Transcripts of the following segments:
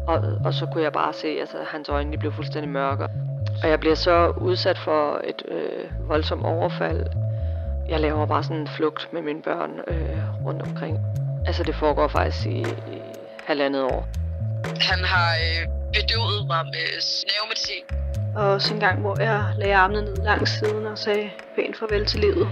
Og så kunne jeg bare se, at hans øjne blev fuldstændig mørke. Og jeg bliver så udsat for et voldsomt overfald. Jeg laver bare sådan en flugt med mine børn rundt omkring. Altså det foregår faktisk i 1,5 år. Han har bedøvet mig med nervemedicin. Og også en gang, hvor jeg lagde armene ned langs siden og sagde pænt farvel til livet.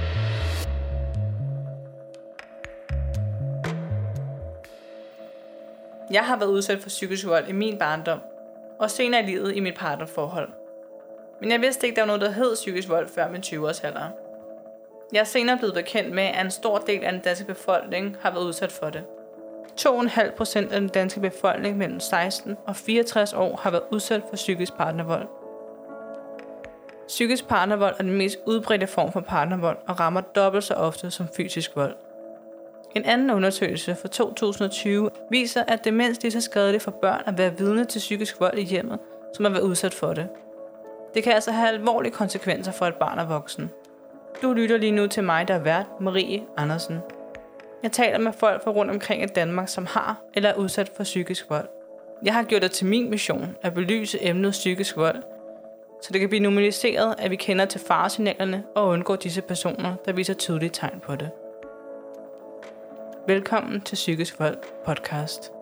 Jeg har været udsat for psykisk vold i min barndom, og senere i livet i mit partnerforhold. Men jeg vidste ikke, der var noget, der hed psykisk vold før min 20-års alder. Jeg er senere blevet bekendt med, at en stor del af den danske befolkning har været udsat for det. 2,5% af den danske befolkning mellem 16 og 64 år har været udsat for psykisk partnervold. Psykisk partnervold er den mest udbredte form for partnervold og rammer dobbelt så ofte som fysisk vold. En anden undersøgelse fra 2020 viser, at det er mindst lige så skadeligt for børn at være vidne til psykisk vold i hjemmet, som at være udsat for det. Det kan altså have alvorlige konsekvenser for et barn og voksen. Du lytter lige nu til mig, der er vært, Marie Andersen. Jeg taler med folk fra rundt omkring i Danmark, som har eller er udsat for psykisk vold. Jeg har gjort det til min mission at belyse emnet psykisk vold, så det kan blive normaliseret, at vi kender til faresignalerne og undgår disse personer, der viser tydelige tegn på det. Velkommen til Psykisk Vold podcast.